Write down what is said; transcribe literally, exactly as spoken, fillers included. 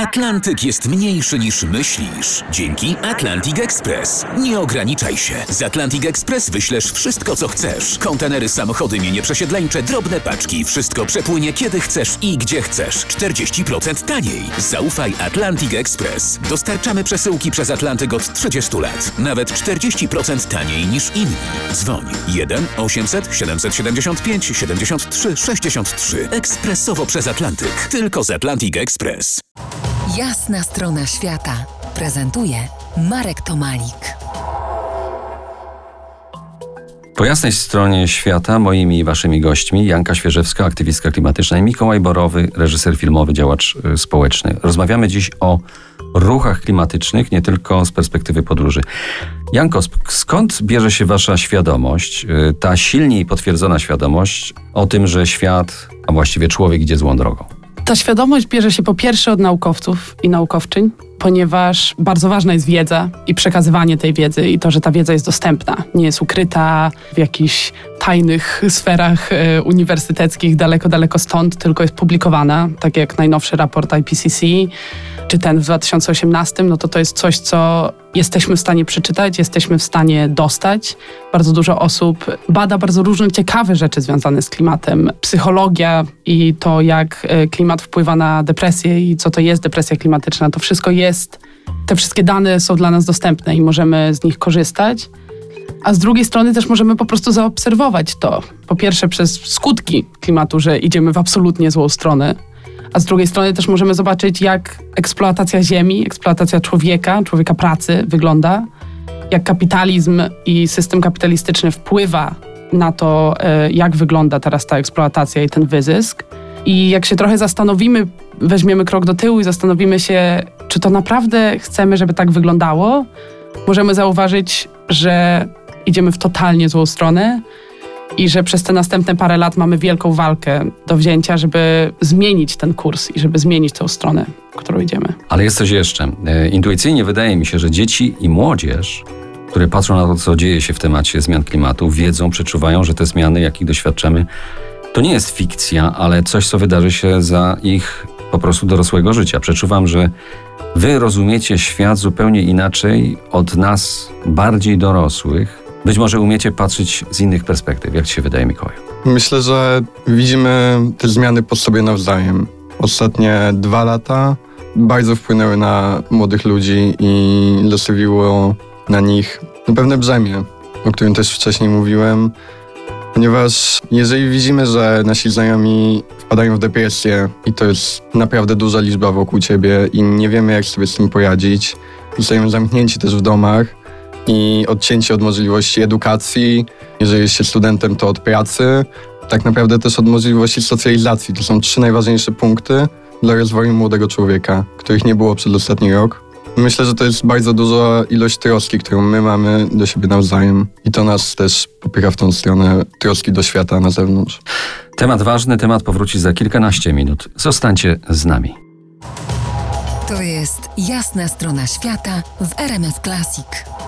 Atlantyk jest mniejszy niż myślisz. Dzięki Atlantic Express. Nie ograniczaj się. Z Atlantic Express wyślesz wszystko, co chcesz. Kontenery, samochody, mienie przesiedleńcze, drobne paczki. Wszystko przepłynie kiedy chcesz i gdzie chcesz. czterdzieści procent taniej. Zaufaj Atlantic Express. Dostarczamy przesyłki przez Atlantyk od trzydziestu lat. Nawet czterdzieści procent taniej niż inni. Dzwoń jeden osiemset siedemset siedemdziesiąt pięć siedemdziesiąt trzy sześćdziesiąt trzy. Ekspresowo przez Atlantyk. Tylko z Atlantic Express. Jasna strona świata prezentuje Marek Tomalik. Po jasnej stronie świata moimi i waszymi gośćmi Janka Świerzewska, aktywistka klimatyczna, i Mikołaj Borowy, reżyser filmowy, działacz y, społeczny. Rozmawiamy dziś o ruchach klimatycznych, nie tylko z perspektywy podróży. Janko, sp- skąd bierze się wasza świadomość, y, ta silniej potwierdzona świadomość o tym, że świat, a właściwie człowiek, idzie złą drogą? Ta świadomość bierze się po pierwsze od naukowców i naukowczyń, ponieważ bardzo ważna jest wiedza i przekazywanie tej wiedzy i to, że ta wiedza jest dostępna. Nie jest ukryta w jakichś tajnych sferach e, uniwersyteckich daleko, daleko stąd, tylko jest publikowana, tak jak najnowszy raport I P C C, czy ten w dwa tysiące osiemnastym, no to to jest coś, co jesteśmy w stanie przeczytać, jesteśmy w stanie dostać. Bardzo dużo osób bada bardzo różne ciekawe rzeczy związane z klimatem. Psychologia i to, jak klimat wpływa na depresję i co to jest depresja klimatyczna, to wszystko jest, te wszystkie dane są dla nas dostępne i możemy z nich korzystać. A z drugiej strony też możemy po prostu zaobserwować to. Po pierwsze przez skutki klimatu, że idziemy w absolutnie złą stronę. A z drugiej strony też możemy zobaczyć, jak eksploatacja ziemi, eksploatacja człowieka, człowieka pracy wygląda, jak kapitalizm i system kapitalistyczny wpływa na to, jak wygląda teraz ta eksploatacja i ten wyzysk. I jak się trochę zastanowimy, weźmiemy krok do tyłu i zastanowimy się, czy to naprawdę chcemy, żeby tak wyglądało, możemy zauważyć, że idziemy w totalnie złą stronę i że przez te następne parę lat mamy wielką walkę do wzięcia, żeby zmienić ten kurs i żeby zmienić tę stronę, w którą idziemy. Ale jest coś jeszcze. Intuicyjnie wydaje mi się, że dzieci i młodzież, które patrzą na to, co dzieje się w temacie zmian klimatu, wiedzą, przeczuwają, że te zmiany, jakich doświadczamy, to nie jest fikcja, ale coś, co wydarzy się za ich po prostu dorosłego życia. Przeczuwam, że wy rozumiecie świat zupełnie inaczej od nas, bardziej dorosłych. Być może umiecie patrzeć z innych perspektyw. Jak ci się wydaje, Mikołaju? Myślę, że widzimy te zmiany po sobie nawzajem. Ostatnie dwa lata bardzo wpłynęły na młodych ludzi i zostawiło na nich pewne brzemię, o którym też wcześniej mówiłem. Ponieważ jeżeli widzimy, że nasi znajomi wpadają w depresję i to jest naprawdę duża liczba wokół ciebie i nie wiemy, jak sobie z tym poradzić, zostajemy zamknięci też w domach i odcięci od możliwości edukacji, jeżeli jest się studentem, to od pracy, tak naprawdę też od możliwości socjalizacji. To są trzy najważniejsze punkty dla rozwoju młodego człowieka, których nie było przez ostatni rok. Myślę, że to jest bardzo duża ilość troski, którą my mamy do siebie nawzajem i to nas też popycha w tą stronę troski do świata na zewnątrz. Temat ważny, temat powróci za kilkanaście minut. Zostańcie z nami. To jest Jasna strona świata w R M F Classic.